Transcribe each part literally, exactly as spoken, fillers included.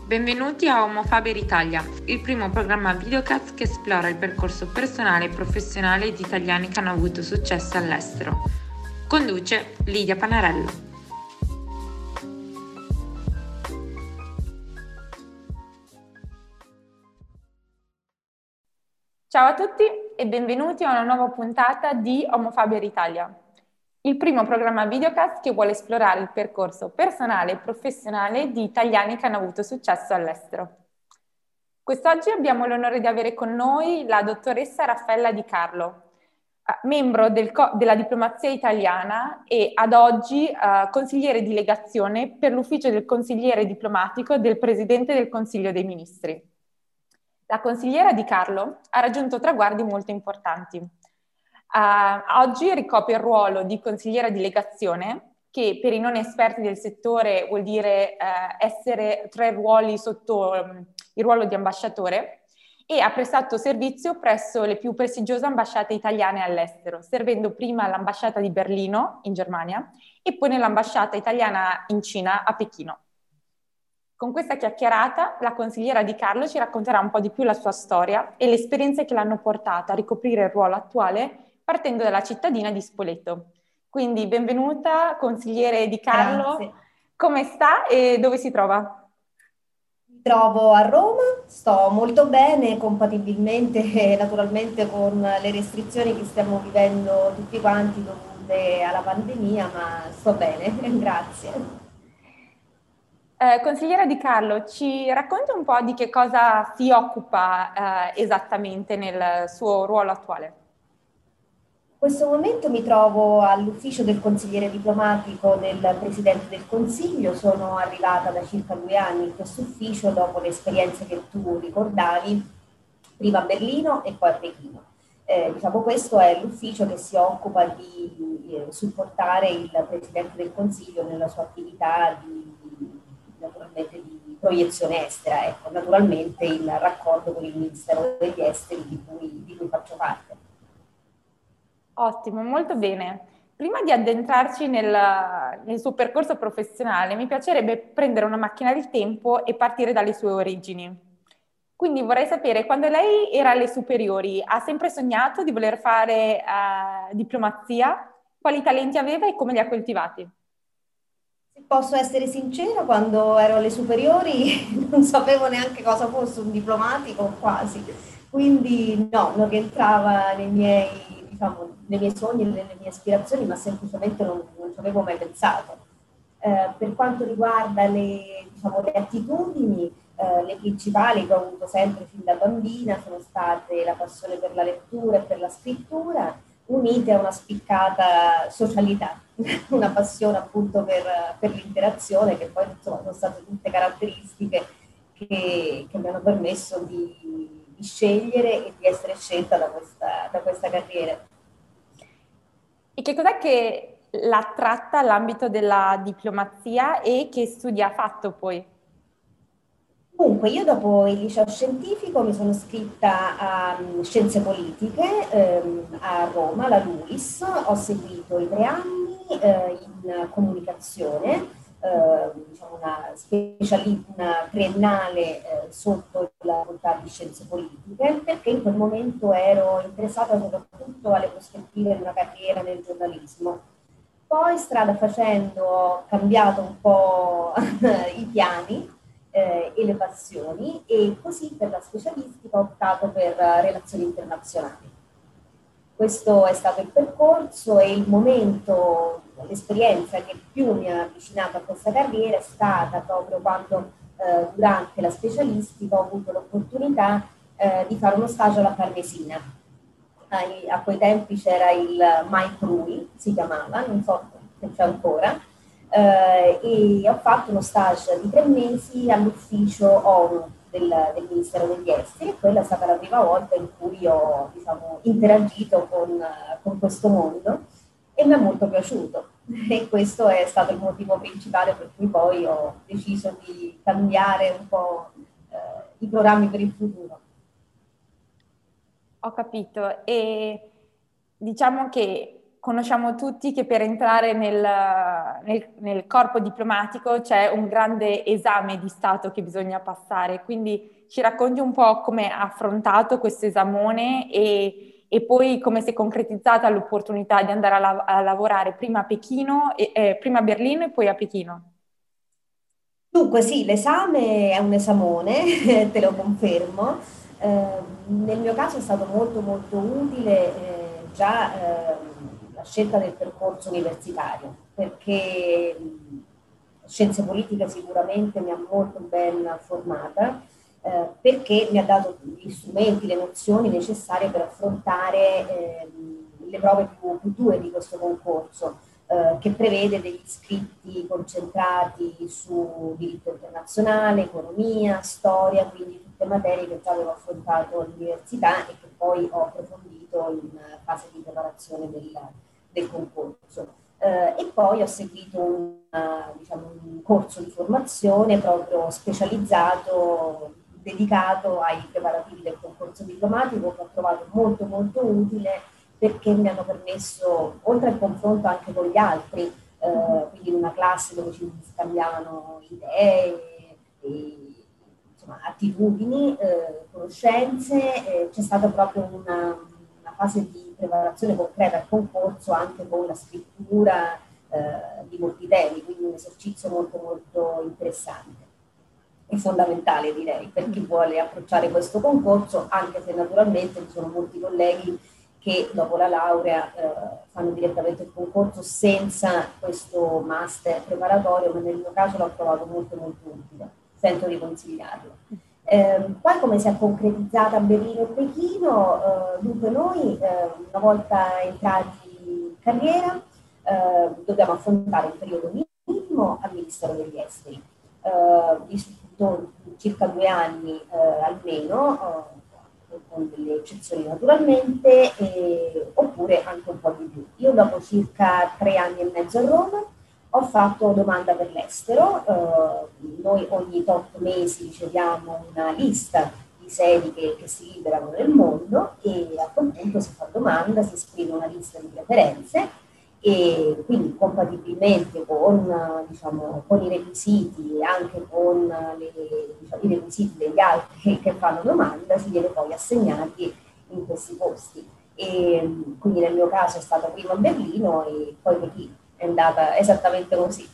Benvenuti a Homo Faber Italia, il primo programma videocast che esplora il percorso personale e professionale di italiani che hanno avuto successo all'estero. Conduce Lidia Panarello. Ciao a tutti e benvenuti a una nuova puntata di Homo Faber Italia, il primo programma videocast che vuole esplorare il percorso personale e professionale di italiani che hanno avuto successo all'estero. Quest'oggi abbiamo l'onore di avere con noi la dottoressa Raffaella Di Carlo, membro del co- della diplomazia italiana e ad oggi eh, consigliere di legazione per l'ufficio del consigliere diplomatico del Presidente del Consiglio dei Ministri. La consigliera Di Carlo ha raggiunto traguardi molto importanti. Uh, oggi ricopre il ruolo di consigliera di legazione, che per i non esperti del settore vuol dire uh, essere tre ruoli sotto um, il ruolo di ambasciatore, e ha prestato servizio presso le più prestigiose ambasciate italiane all'estero, servendo prima all'ambasciata di Berlino, in Germania, e poi nell'ambasciata italiana in Cina, a Pechino. Con questa chiacchierata, la consigliera Di Carlo ci racconterà un po' di più la sua storia e le esperienze che l'hanno portata a ricoprire il ruolo attuale partendo dalla cittadina di Spoleto. Quindi benvenuta, consigliere Di Carlo. Grazie. Come sta e dove si trova? Mi trovo a Roma, sto molto bene, compatibilmente e naturalmente con le restrizioni che stiamo vivendo tutti quanti dovute alla pandemia, ma sto bene, grazie. Eh, consigliera Di Carlo, ci racconta un po' di che cosa si occupa eh, esattamente nel suo ruolo attuale? In questo momento mi trovo all'ufficio del consigliere diplomatico del Presidente del Consiglio, sono arrivata da circa due anni in questo ufficio dopo le esperienze che tu ricordavi, prima a Berlino e poi a Pechino. Eh, diciamo, questo è l'ufficio che si occupa di eh, supportare il Presidente del Consiglio nella sua attività di, di, naturalmente di proiezione estera, ecco, naturalmente in raccordo con il Ministero degli Esteri di cui, di cui faccio parte. Ottimo, molto bene. Prima di addentrarci nel, nel suo percorso professionale, mi piacerebbe prendere una macchina del tempo e partire dalle sue origini. Quindi vorrei sapere, quando lei era alle superiori, ha sempre sognato di voler fare eh, diplomazia? Quali talenti aveva e come li ha coltivati? Se posso essere sincera, quando ero alle superiori non sapevo neanche cosa fosse un diplomatico, quasi. Quindi no, non rientrava nei miei, diciamo, nei miei sogni, nelle mie aspirazioni, ma semplicemente non, non ci avevo mai pensato. Eh, per quanto riguarda le, diciamo, le attitudini, eh, le principali che ho avuto sempre fin da bambina sono state la passione per la lettura e per la scrittura, unite a una spiccata socialità, una passione appunto per, per l'interazione, che poi insomma, sono state tutte caratteristiche che, che mi hanno permesso di, di scegliere e di essere scelta da questa, da questa carriera. E che cos'è che l'ha attratta all'ambito della diplomazia e che studi ha fatto poi? Comunque, io dopo il liceo scientifico mi sono iscritta a um, Scienze Politiche ehm, a Roma, alla LUISS, ho seguito i tre anni eh, in comunicazione, eh, diciamo una, speciali- una triennale eh, sotto la facoltà di Scienze Politiche, perché in quel momento ero interessata soprattutto alle prospettive di una carriera nel giornalismo. Poi, strada facendo, ho cambiato un po' i piani eh, e le passioni e così per la specialistica ho optato per uh, relazioni internazionali. Questo è stato il percorso e il momento, l'esperienza che più mi ha avvicinato a questa carriera è stata proprio quando eh, durante la specialistica ho avuto l'opportunità eh, di fare uno stage alla Farnesina. Ai, a quei tempi c'era il Mike Rui, si chiamava, non so se c'è ancora, eh, e ho fatto uno stage di tre mesi all'ufficio ONU del, del Ministero degli Esteri e quella è stata la prima volta in cui ho diciamo, interagito con, con questo mondo e mi è molto piaciuto e questo è stato il motivo principale per cui poi ho deciso di cambiare un po' eh, i programmi per il futuro. Ho capito. E diciamo che conosciamo tutti che per entrare nel, nel, nel corpo diplomatico c'è un grande esame di Stato che bisogna passare, quindi ci racconti un po' come ha affrontato questo esamone e, e poi come si è concretizzata l'opportunità di andare a, la- a lavorare prima a Pechino, e, eh, prima a Berlino e poi a Pechino. Dunque sì, l'esame è un esamone, te lo confermo. Eh, Nel mio caso è stato molto molto utile eh, già ehm, la scelta del percorso universitario, perché mh, scienze politiche sicuramente mi ha molto ben formata, eh, perché mi ha dato gli strumenti, le nozioni necessarie per affrontare ehm, le prove più, più dure di questo concorso, eh, che prevede degli scritti concentrati su diritto internazionale, economia, storia, quindi tutte materie che già avevo affrontato all'università e che poi ho approfondito in fase di preparazione del, del concorso. Eh, e poi ho seguito un, eh, diciamo, un corso di formazione proprio specializzato, dedicato ai preparativi del concorso diplomatico, che ho trovato molto molto utile perché mi hanno permesso, oltre al confronto anche con gli altri, eh, quindi in una classe dove ci scambiavano idee, e, insomma, attitudini, eh, conoscenze, eh, c'è stata proprio una, una fase di preparazione concreta al concorso anche con la scrittura eh, di molti temi, quindi un esercizio molto molto interessante e fondamentale, direi, per chi vuole approcciare questo concorso, anche se naturalmente ci sono molti colleghi che dopo la laurea eh, fanno direttamente il concorso senza questo master preparatorio, ma nel mio caso l'ho trovato molto molto utile, sento di consigliarlo. Eh, poi come si è concretizzata a Berlino e Pechino? Eh, dunque noi eh, una volta entrati in carriera eh, dobbiamo affrontare un periodo minimo al Ministero degli Esteri, eh, vissuto circa due anni eh, almeno, eh, con delle eccezioni naturalmente, eh, oppure anche un po' di più. Io dopo circa tre anni e mezzo a Roma ho fatto domanda per l'estero, eh, noi ogni tot mesi riceviamo una lista di sedi che, che si liberano nel mondo e a quel punto si fa domanda, si esprime una lista di preferenze e quindi compatibilmente con, diciamo, con i requisiti e anche con le, diciamo, i requisiti degli altri che fanno domanda si viene poi assegnati in questi posti. E quindi nel mio caso è stata prima a Berlino e poi Pechino, è andata esattamente così.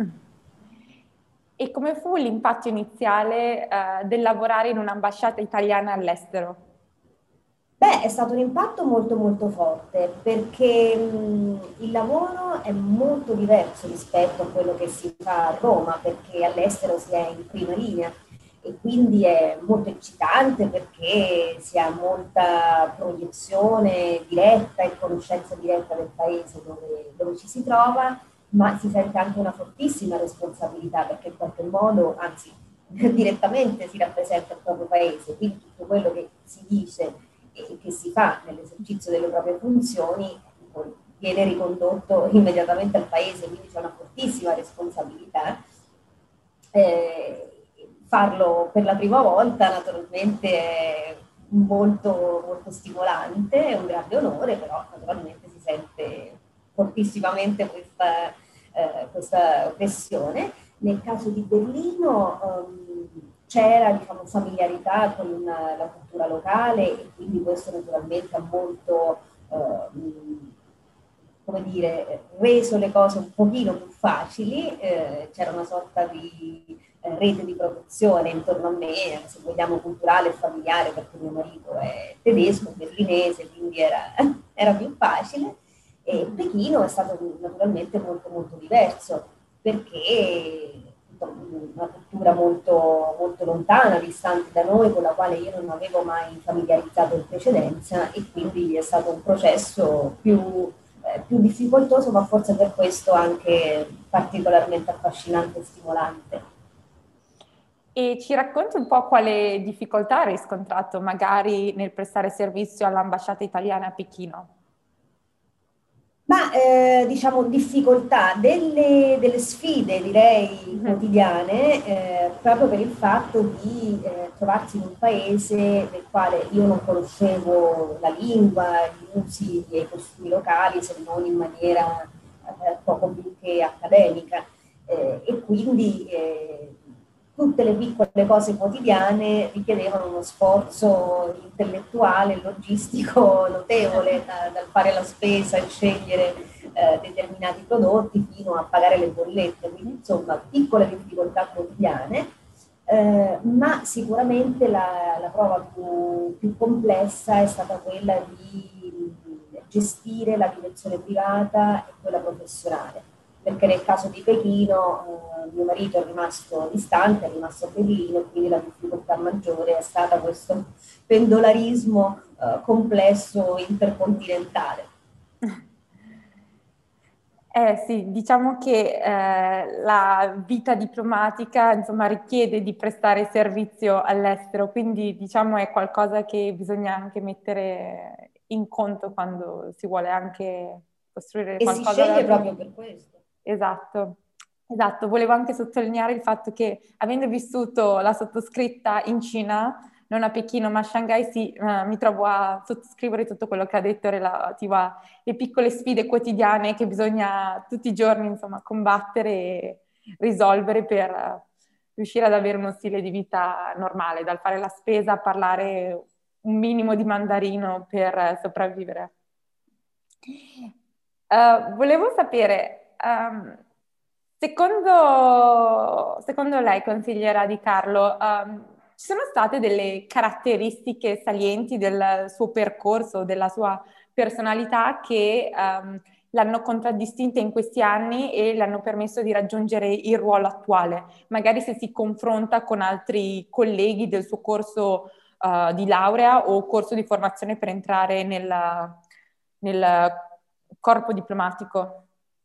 E come fu l'impatto iniziale eh, del lavorare in un'ambasciata italiana all'estero? Beh, è stato un impatto molto molto forte perché mh, il lavoro è molto diverso rispetto a quello che si fa a Roma, perché all'estero si è in prima linea e quindi è molto eccitante perché si ha molta proiezione diretta e conoscenza diretta del paese dove, dove ci si trova, ma si sente anche una fortissima responsabilità perché in qualche modo, anzi direttamente si rappresenta il proprio paese, quindi tutto quello che si dice e che si fa nell'esercizio delle proprie funzioni poi viene ricondotto immediatamente al paese, quindi c'è una fortissima responsabilità. Eh, farlo per la prima volta naturalmente è molto, molto stimolante, è un grande onore, però naturalmente si sente fortissimamente questa, eh, questa pressione. Nel caso di Berlino um, c'era, diciamo, familiarità con la cultura locale e quindi questo naturalmente ha molto, uh, come dire, reso le cose un pochino più facili, eh, c'era una sorta di eh, rete di protezione intorno a me, se vogliamo culturale e familiare, perché mio marito è tedesco, berlinese, quindi era, era più facile. E Pechino è stato naturalmente molto molto diverso, perché una cultura molto, molto lontana, distante da noi, con la quale io non avevo mai familiarizzato in precedenza e quindi è stato un processo più, eh, più difficoltoso, ma forse per questo anche particolarmente affascinante e stimolante. E ci racconti un po' quale difficoltà hai riscontrato magari nel prestare servizio all'ambasciata italiana a Pechino? Ma eh, diciamo difficoltà, delle, delle sfide direi Mhm. quotidiane, eh, proprio per il fatto di eh, trovarsi in un paese nel quale io non conoscevo la lingua, gli usi e i costumi locali, se non in maniera eh, poco più che accademica. Eh, e quindi eh, tutte le piccole cose quotidiane richiedevano uno sforzo intellettuale e logistico notevole, da- dal fare la spesa e scegliere eh, determinati prodotti fino a pagare le bollette, quindi insomma piccole difficoltà quotidiane. Eh, ma sicuramente la, la prova più, più complessa è stata quella di gestire la direzione privata e quella professionale, perché nel caso di Pechino eh, mio marito è rimasto distante, è rimasto a Berlino, quindi la difficoltà maggiore è stata questo pendolarismo eh, complesso intercontinentale. Eh sì, diciamo che eh, la vita diplomatica, insomma, richiede di prestare servizio all'estero, quindi diciamo è qualcosa che bisogna anche mettere in conto quando si vuole anche costruire E si qualcosa da sceglie vivo. proprio per questo. Esatto, esatto. Volevo anche sottolineare il fatto che avendo vissuto la sottoscritta in Cina, non a Pechino ma a Shanghai, sì, eh, mi trovo a sottoscrivere tutto quello che ha detto relativo alle piccole sfide quotidiane che bisogna tutti i giorni, insomma, combattere e risolvere per eh, riuscire ad avere uno stile di vita normale, dal fare la spesa a parlare un minimo di mandarino per eh, sopravvivere. Eh, volevo sapere, ehm, secondo, secondo lei, consigliera Di Carlo, ehm, ci sono state delle caratteristiche salienti del suo percorso, della sua personalità che ehm, l'hanno contraddistinta in questi anni e le hanno permesso di raggiungere il ruolo attuale? Magari se si confronta con altri colleghi del suo corso eh, di laurea o corso di formazione per entrare nella- nel corpo diplomatico.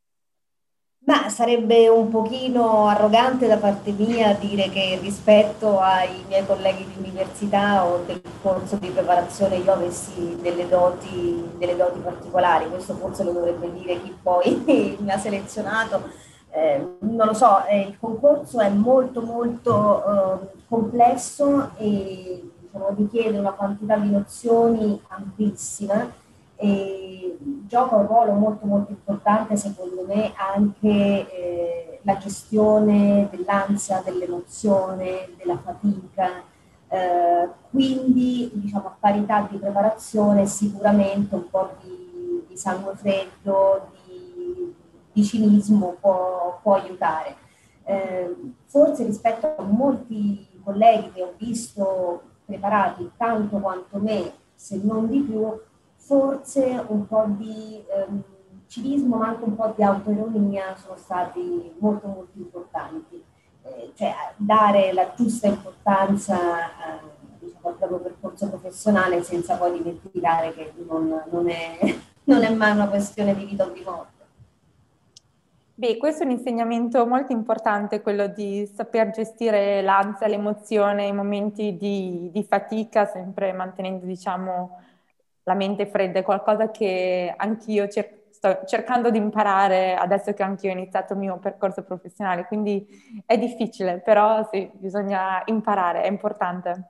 Ma sarebbe un pochino arrogante da parte mia dire che rispetto ai miei colleghi di università o del corso di preparazione io avessi delle doti, delle doti particolari. Questo forse lo dovrebbe dire chi poi mi ha selezionato. Eh, non lo so, eh, il concorso è molto molto eh, complesso e diciamo, richiede una quantità di nozioni amplissima e gioca un ruolo molto molto importante secondo me anche eh, la gestione dell'ansia, dell'emozione, della fatica. Eh, quindi diciamo a parità di preparazione sicuramente un po' di, di sangue freddo, di, di cinismo può, può aiutare. Eh, forse rispetto a molti colleghi che ho visto preparati tanto quanto me, se non di più, forse un po' di ehm, civismo, ma anche un po' di autoironia sono stati molto molto importanti. Eh, cioè dare la giusta importanza eh, diciamo, al proprio percorso professionale senza poi dimenticare che non, non, è, non è mai una questione di vita o di morte. Beh, questo è un insegnamento molto importante, quello di saper gestire l'ansia, l'emozione, i momenti di, di fatica, sempre mantenendo, diciamo, la mente fredda. È qualcosa che anch'io cer- sto cercando di imparare adesso che anch'io ho iniziato il mio percorso professionale, quindi è difficile, però sì, bisogna imparare, è importante.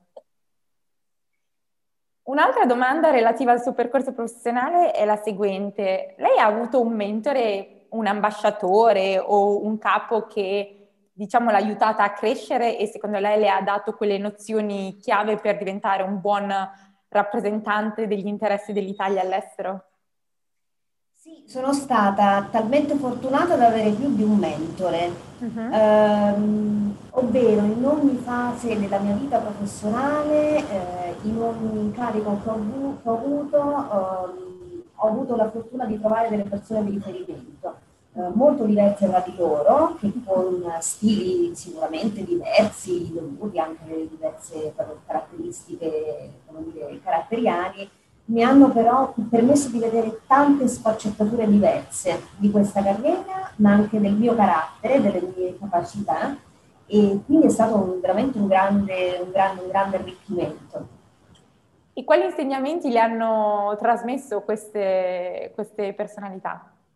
Un'altra domanda relativa al suo percorso professionale è la seguente. Lei ha avuto un mentore, un ambasciatore o un capo che, diciamo, l'ha aiutata a crescere e secondo lei le ha dato quelle nozioni chiave per diventare un buon rappresentante degli interessi dell'Italia all'estero? Sì, sono stata talmente fortunata ad avere più di un mentore, Mhm. ehm, ovvero in ogni fase della mia vita professionale, eh, in ogni incarico che ho, avu- che ho avuto, ehm, ho avuto la fortuna di trovare delle persone di riferimento, eh, molto diverse tra di loro, che con stili sicuramente diversi, dovuti anche alle diverse proprio caratteristiche, come dire, caratteriali, mi hanno però permesso di vedere tante sfaccettature diverse di questa carriera, ma anche del mio carattere, delle mie capacità e quindi è stato un, veramente un grande, un grande, un grande arricchimento. E quali insegnamenti le hanno trasmesso queste, queste personalità?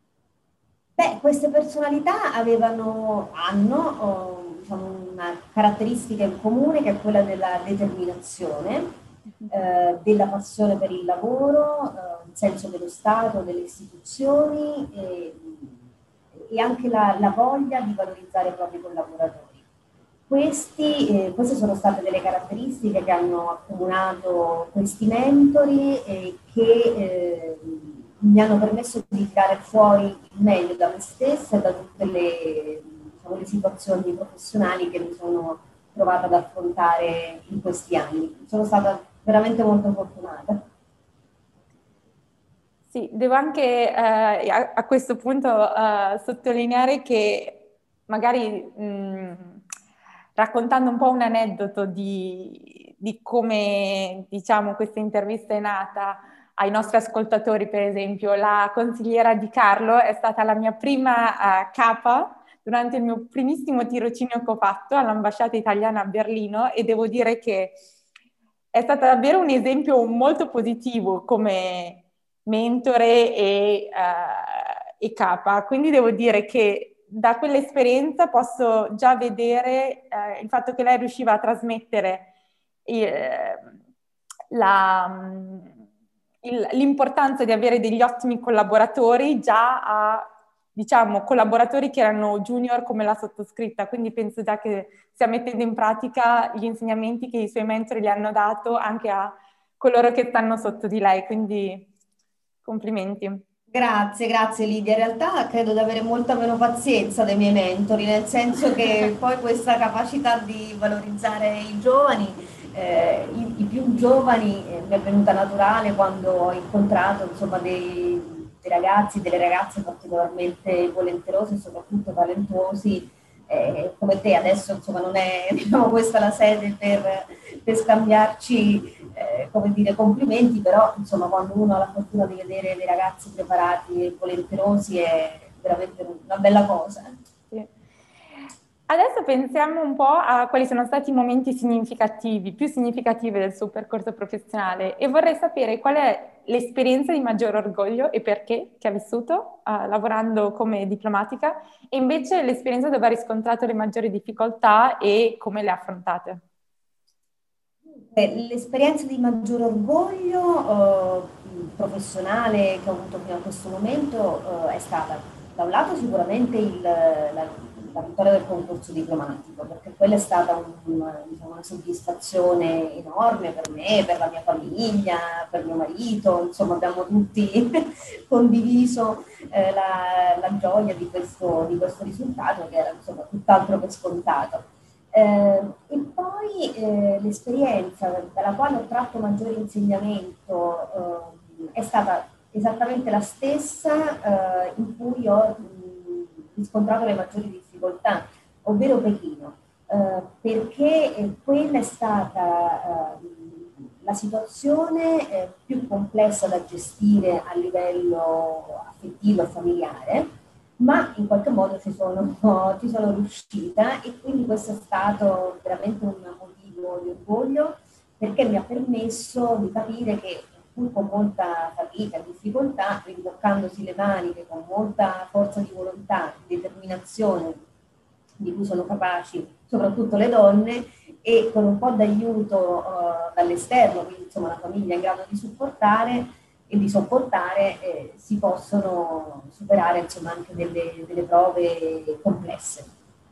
Beh, queste personalità avevano, hanno, oh, diciamo, una caratteristica in comune che è quella della determinazione, eh, della passione per il lavoro, eh, il senso dello Stato, delle istituzioni e, e anche la, la voglia di valorizzare i propri collaboratori. Questi, eh, queste sono state delle caratteristiche che hanno accomunato questi mentori e che eh, mi hanno permesso di tirare fuori il meglio da me stessa e da tutte le, diciamo, le situazioni professionali che mi sono trovata ad affrontare in questi anni. Sono stata veramente molto fortunata. Sì, devo anche eh, a, a questo punto eh, sottolineare che magari mh, raccontando un po' un aneddoto di, di come diciamo questa intervista è nata ai nostri ascoltatori, per esempio, la consigliera Di Carlo è stata la mia prima eh, capa durante il mio primissimo tirocinio che ho fatto all'ambasciata italiana a Berlino e devo dire che è stata davvero un esempio molto positivo come mentore e, uh, e capa, quindi devo dire che da quell'esperienza posso già vedere uh, il fatto che lei riusciva a trasmettere eh, la, il, l'importanza di avere degli ottimi collaboratori già a, diciamo, collaboratori che erano junior come la sottoscritta, quindi penso già che stia mettendo in pratica gli insegnamenti che i suoi mentori gli hanno dato anche a coloro che stanno sotto di lei, quindi complimenti. Grazie, grazie Lidia. In realtà credo di avere molta meno pazienza dei miei mentori, nel senso che poi questa capacità di valorizzare i giovani, eh, i, i più giovani, eh, mi è venuta naturale quando ho incontrato insomma, dei, dei ragazzi, delle ragazze particolarmente volenterosi e soprattutto talentuosi, eh, come te. Adesso insomma non è diciamo, questa la sede per, per scambiarci eh, come dire, complimenti, però insomma quando uno ha la fortuna di vedere dei ragazzi preparati e volenterosi è veramente una bella cosa. Sì. Adesso pensiamo un po' a quali sono stati i momenti significativi, più significativi del suo percorso professionale e vorrei sapere qual è l'esperienza di maggior orgoglio e perché che ha vissuto uh, lavorando come diplomatica e invece l'esperienza dove ha riscontrato le maggiori difficoltà e come le ha affrontate. L'esperienza di maggior orgoglio eh, professionale che ho avuto fino a questo momento eh, è stata da un lato sicuramente il, la, la vittoria del concorso diplomatico, perché quella è stata un, diciamo, una soddisfazione enorme per me, per la mia famiglia, per mio marito, insomma abbiamo tutti condiviso eh, la, la gioia di questo, di questo risultato che era insomma tutt'altro che scontato. Eh, e poi eh, l'esperienza dalla quale ho tratto maggiore insegnamento eh, è stata esattamente la stessa eh, in cui ho mh, riscontrato le maggiori difficoltà, ovvero Pechino, eh, perché eh, quella è stata eh, la situazione eh, più complessa da gestire a livello affettivo e familiare, ma in qualche modo ci sono, ci sono riuscita e quindi questo è stato veramente un motivo di orgoglio perché mi ha permesso di capire che pur con molta fatica e difficoltà, rimboccandosi le maniche con molta forza di volontà, determinazione di cui sono capaci soprattutto le donne e con un po' d'aiuto uh, dall'esterno, quindi insomma la famiglia è in grado di supportare e di sopportare, eh, si possono superare insomma anche delle, delle prove complesse.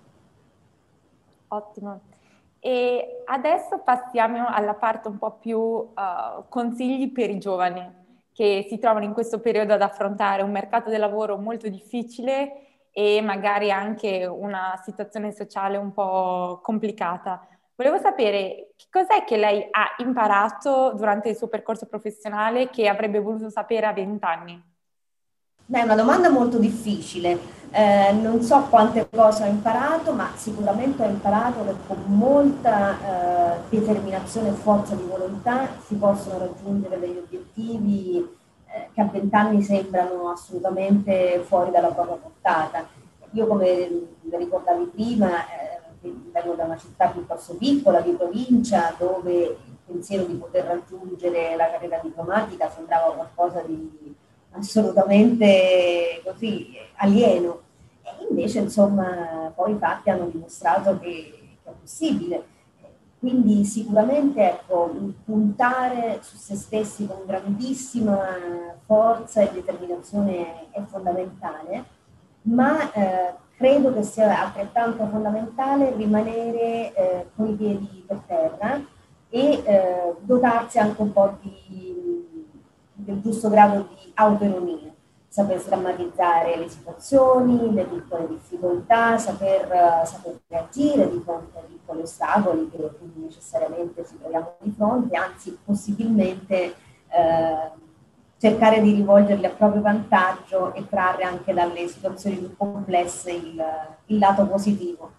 Ottimo. E adesso passiamo alla parte un po' più uh, consigli per i giovani che si trovano in questo periodo ad affrontare un mercato del lavoro molto difficile e magari anche una situazione sociale un po' complicata. Volevo sapere che cos'è che lei ha imparato durante il suo percorso professionale che avrebbe voluto sapere a venti anni? Beh, è una domanda molto difficile. Eh, non so quante cose ho imparato, ma sicuramente ho imparato che con molta eh, determinazione e forza di volontà si possono raggiungere degli obiettivi eh, che a vent'anni sembrano assolutamente fuori dalla propria portata. Io, come ricordavi prima, eh, vengo da una città piuttosto piccola, di provincia, dove il pensiero di poter raggiungere la carriera diplomatica sembrava qualcosa di assolutamente così alieno. E invece, insomma, poi i fatti hanno dimostrato che, che è possibile. Quindi sicuramente, ecco, puntare su se stessi con grandissima forza e determinazione è fondamentale, ma eh, credo che sia altrettanto fondamentale rimanere eh, con i piedi per terra e eh, dotarsi anche un po' di, del giusto grado di autoironia, saper sdrammatizzare le situazioni, le piccole difficoltà, saper, uh, saper reagire di fronte ai piccoli ostacoli che quindi necessariamente ci troviamo di fronte, anzi possibilmente eh, cercare di rivolgerli a proprio vantaggio e trarre anche dalle situazioni più complesse il, il lato positivo.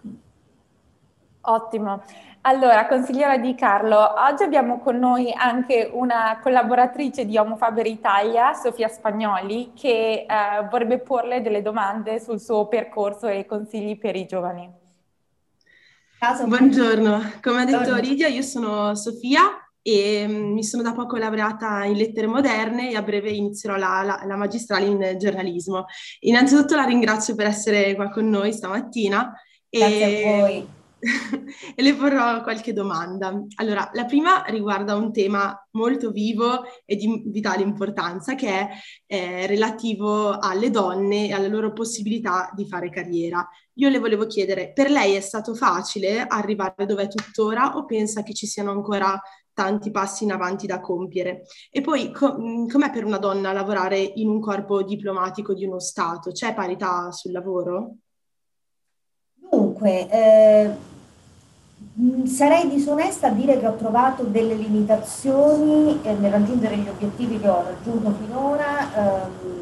Ottimo. Allora, consigliera Di Carlo, oggi abbiamo con noi anche una collaboratrice di Homo Faber Italia, Sofia Spagnoli, che eh, vorrebbe porle delle domande sul suo percorso e consigli per i giovani. Caso Buongiorno, come ha detto Buongiorno. Lidia, io sono Sofia e mm, mi sono da poco laureata in lettere moderne e a breve inizierò la, la- la magistrale in giornalismo. Innanzitutto la ringrazio per essere qua con noi stamattina Grazie a e, voi. e le porrò qualche domanda. Allora, la prima riguarda un tema molto vivo e di vitale importanza che è eh, relativo alle donne e alle loro possibilità di fare carriera. Io le volevo chiedere, per lei è stato facile arrivare dove è tuttora o pensa che ci siano ancora tanti passi in avanti da compiere? E poi co- mh, com'è per una donna lavorare in un corpo diplomatico di uno Stato? C'è parità sul lavoro? Dunque, eh, mh, sarei disonesta a dire che ho trovato delle limitazioni eh, nel raggiungere gli obiettivi che ho raggiunto finora. ehm,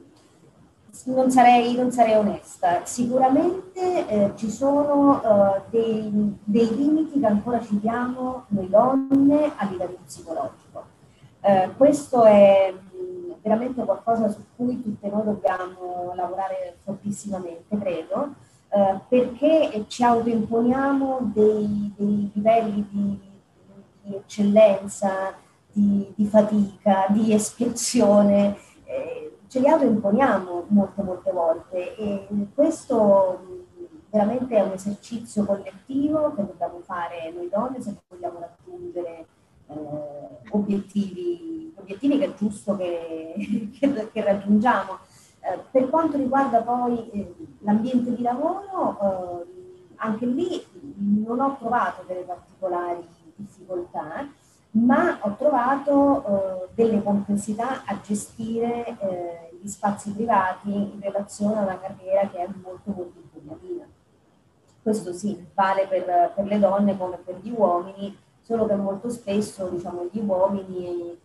non sarei, non sarei onesta. Sicuramente eh, ci sono eh, dei, dei limiti che ancora ci diamo noi donne a livello psicologico. Eh, questo è mh, veramente qualcosa su cui tutte noi dobbiamo lavorare fortissimamente, credo, eh, perché ci autoimponiamo dei, dei livelli di, di eccellenza, di, di fatica, di espiazione, eh, ce li autoimponiamo molte molte volte e questo mh, veramente è un esercizio collettivo che dobbiamo fare noi donne se vogliamo raggiungere eh, obiettivi, obiettivi che è giusto che, che, che raggiungiamo. Eh, per quanto riguarda poi eh, l'ambiente di lavoro, eh, anche lì non ho trovato delle particolari difficoltà, ma ho trovato eh, delle complessità a gestire eh, gli spazi privati in relazione a una carriera che è molto molto impegnativa. Questo sì, vale per, per le donne come per gli uomini, solo che molto spesso diciamo, gli uomini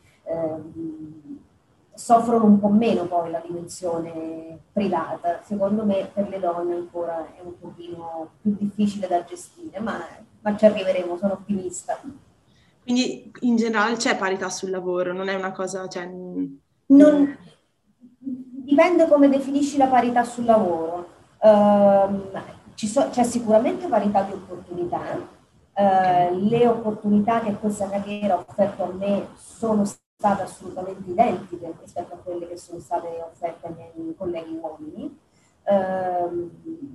ehm, soffrono un po' meno poi la dimensione privata. Secondo me per le donne ancora è un pochino più difficile da gestire, ma, ma ci arriveremo, sono ottimista. Quindi in generale c'è parità sul lavoro, non è una cosa, cioè, mh, Non, dipende come definisci la parità sul lavoro. Ehm, ci so- c'è sicuramente parità di opportunità. Eh, le opportunità che questa carriera ha offerto a me sono state assolutamente identiche rispetto a quelle che sono state offerte ai miei colleghi uomini. Ehm,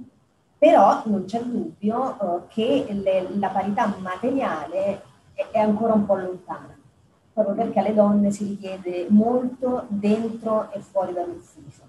però non c'è dubbio eh, che le- la parità materiale è, è ancora un po' lontana, proprio perché alle donne si richiede molto dentro e fuori dall'ufficio.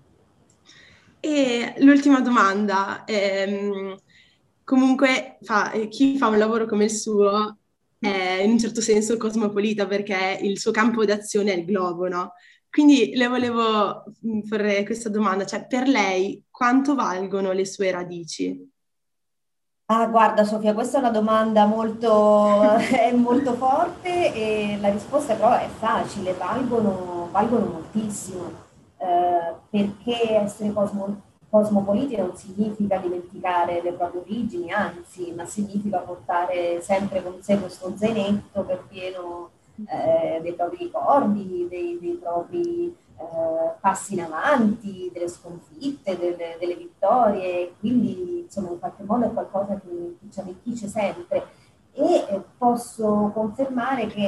E l'ultima domanda, ehm, comunque fa- eh, chi fa un lavoro come il suo è in un certo senso cosmopolita perché il suo campo d'azione è il globo, no? Quindi le volevo mm, fare questa domanda, cioè per lei quanto valgono le sue radici? Ah, guarda Sofia, questa è una domanda molto, è molto forte e la risposta però è facile, valgono, valgono moltissimo, eh, perché essere cosmo- cosmopoliti non significa dimenticare le proprie origini, anzi, ma significa portare sempre con sé questo zainetto per pieno eh, dei propri ricordi, dei, dei propri eh, passi in avanti, delle sconfitte, delle, delle vittorie, quindi insomma in qualche modo è qualcosa che, che ci arricchisce sempre e eh, posso confermare che eh,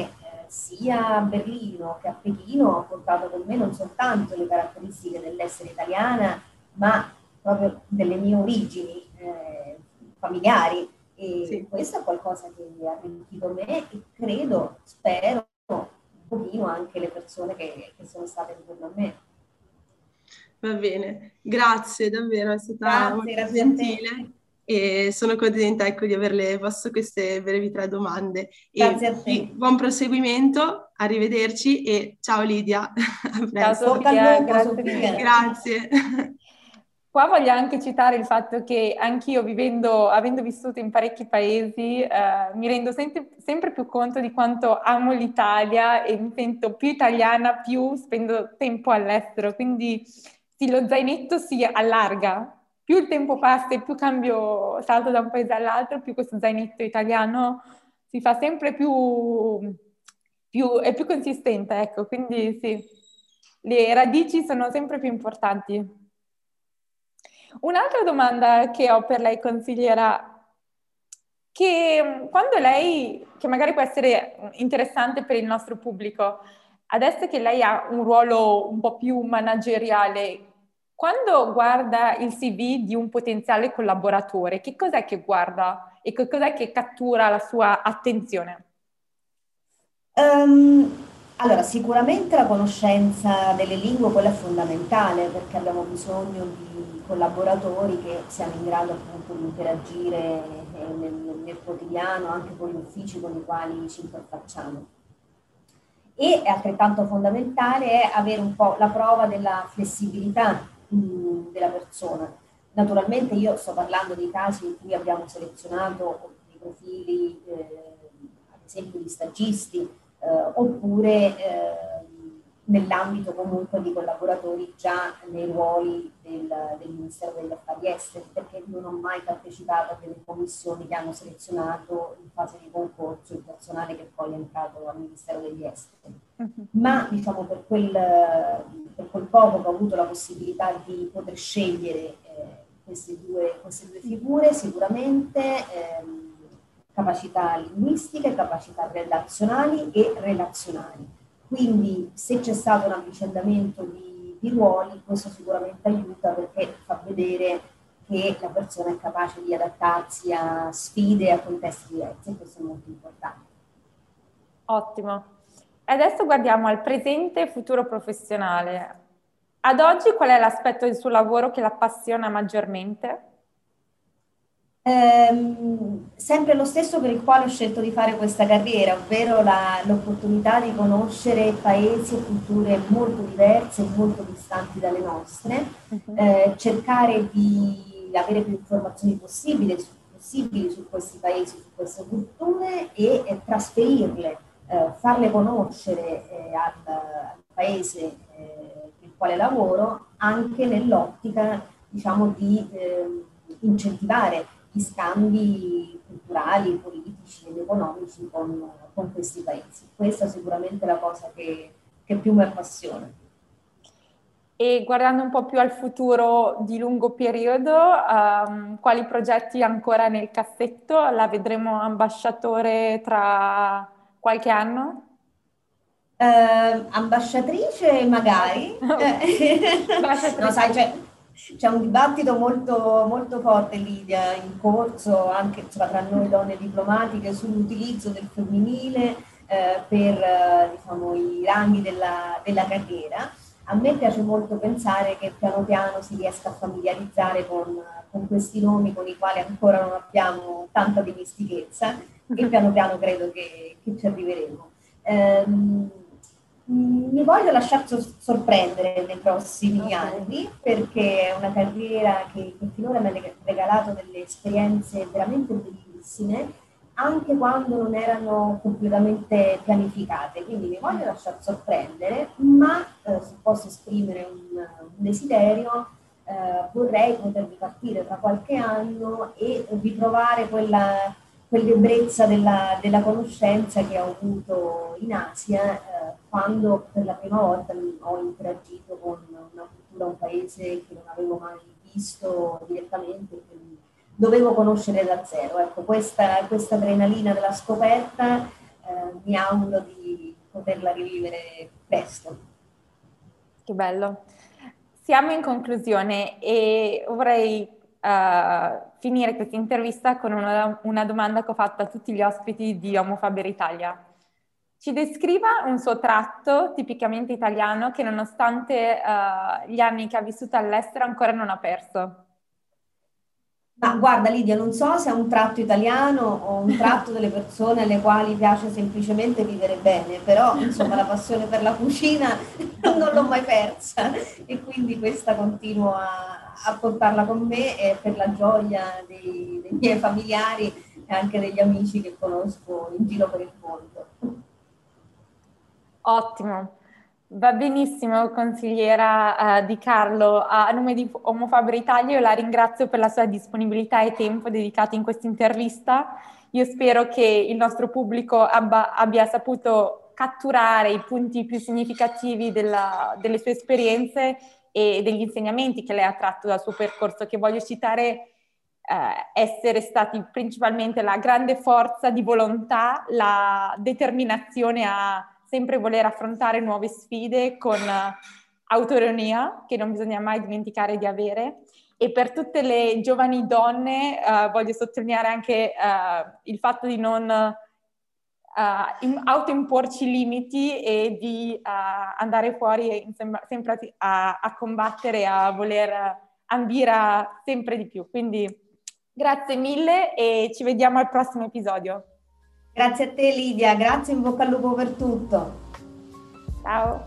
sia a Berlino che a Pechino ho portato con me non soltanto le caratteristiche dell'essere italiana, ma proprio delle mie origini eh, familiari. E Sì. questo è qualcosa che ha arricchito me e credo, spero, un pochino anche le persone che, che sono state intorno a me. Va bene, grazie, davvero, è stata Grazie, molto grazie a te. gentile e sono contenta, ecco, di averle posto queste brevi tre domande. Grazie E a te. buon proseguimento, arrivederci e ciao Lidia, a Ciao presto. Bocca al Sofia, lupo, grazie Sofia. mille. Grazie. Qua voglio anche citare il fatto che anch'io, vivendo, avendo vissuto in parecchi paesi, eh, mi rendo sempre, sempre più conto di quanto amo l'Italia e mi sento più italiana più spendo tempo all'estero. Quindi sì, lo zainetto si allarga. Più il tempo passa e più cambio, salto da un paese all'altro, più questo zainetto italiano si fa sempre più, più, è più consistente, ecco. Quindi sì, le radici sono sempre più importanti. Un'altra domanda che ho per lei, consigliera, che quando lei, che magari può essere interessante per il nostro pubblico, adesso che lei ha un ruolo un po' più manageriale, quando guarda il C V di un potenziale collaboratore, che cos'è che guarda e che cos'è che cattura la sua attenzione? Um, allora, sicuramente la conoscenza delle lingue, quella è fondamentale perché abbiamo bisogno di collaboratori che siano in grado appunto di interagire eh, nel, nel quotidiano anche con gli uffici con i quali ci interfacciamo. E è altrettanto fondamentale avere un po' la prova della flessibilità mh, della persona. Naturalmente io sto parlando dei casi in cui abbiamo selezionato dei profili, eh, ad esempio di stagisti, eh, oppure eh, nell'ambito comunque di collaboratori già nei ruoli del, del Ministero degli Affari Esteri, perché non ho mai partecipato a delle commissioni che hanno selezionato in fase di concorso il personale che poi è entrato al Ministero degli Esteri. Uh-huh. Ma diciamo per quel, per quel poco che ho avuto la possibilità di poter scegliere eh, queste, due, queste due figure, sicuramente ehm, capacità linguistiche, capacità redazionali e relazionali. Quindi se c'è stato un avvicendamento di, di ruoli, questo sicuramente aiuta perché fa vedere che la persona è capace di adattarsi a sfide e a contesti diversi, e questo è molto importante. Ottimo. E adesso guardiamo al presente e futuro professionale. Ad oggi qual è l'aspetto del suo lavoro che la appassiona maggiormente? Ehm, sempre lo stesso per il quale ho scelto di fare questa carriera, ovvero la, l'opportunità di conoscere paesi e culture molto diverse, molto distanti dalle nostre, uh-huh. eh, cercare di avere più informazioni possibili su, possibili su questi paesi, su queste culture e eh, trasferirle, eh, farle conoscere eh, al, al paese eh, nel quale lavoro, anche nell'ottica, diciamo, di eh, incentivare gli scambi culturali, politici ed economici con, con questi paesi. Questa è sicuramente la cosa che, che più mi appassiona. E guardando un po' più al futuro di lungo periodo, um, quali progetti ancora nel cassetto? La vedremo ambasciatore tra qualche anno? Uh, ambasciatrice magari. No, sai, cioè, c'è un dibattito molto, molto forte, Lidia, in corso anche insomma, tra noi donne diplomatiche sull'utilizzo del femminile eh, per eh, diciamo, i ranghi della, della carriera. A me piace molto pensare che piano piano si riesca a familiarizzare con, con questi nomi con i quali ancora non abbiamo tanta dimestichezza e piano piano credo che, che ci arriveremo. Um, mi voglio lasciar sorprendere nei prossimi okay. anni perché è una carriera che, che finora mi ha regalato delle esperienze veramente bellissime anche quando non erano completamente pianificate, quindi mi voglio lasciar sorprendere, ma eh, se posso esprimere un, un desiderio eh, vorrei poter ripartire tra qualche anno e riprovare quella quell'ebbrezza della, della conoscenza che ho avuto in Asia eh, quando per la prima volta ho interagito con una cultura, un paese che non avevo mai visto direttamente, che dovevo conoscere da zero. Ecco, questa, questa adrenalina della scoperta eh, mi auguro di, poterla rivivere presto. Che bello. Siamo in conclusione e vorrei uh, finire questa intervista con una, una domanda che ho fatto a tutti gli ospiti di Homo Faber Italia. Ci descriva un suo tratto tipicamente italiano che nonostante uh, gli anni che ha vissuto all'estero ancora non ha perso. Ma guarda Lidia, non so se è un tratto italiano o un tratto delle persone alle quali piace semplicemente vivere bene, però insomma la passione per la cucina non l'ho mai persa e quindi questa continuo a, a portarla con me e per la gioia dei, dei miei familiari e anche degli amici che conosco in giro per il mondo. Ottimo. Va benissimo, consigliera uh, Di Carlo. A nome di Homo Faber Italia io la ringrazio per la sua disponibilità e tempo dedicato in questa intervista. Io spero che il nostro pubblico abba, abbia saputo catturare i punti più significativi della, delle sue esperienze e degli insegnamenti che lei ha tratto dal suo percorso, che voglio citare uh, essere stati principalmente la grande forza di volontà, la determinazione a sempre voler affrontare nuove sfide con uh, autoironia, che non bisogna mai dimenticare di avere. E per tutte le giovani donne uh, voglio sottolineare anche uh, il fatto di non uh, in, autoimporci limiti e di uh, andare fuori insomma, sempre a, a combattere, a voler ambire a sempre di più. Quindi grazie mille e ci vediamo al prossimo episodio. Grazie a te Lidia, grazie, in bocca al lupo per tutto. Ciao.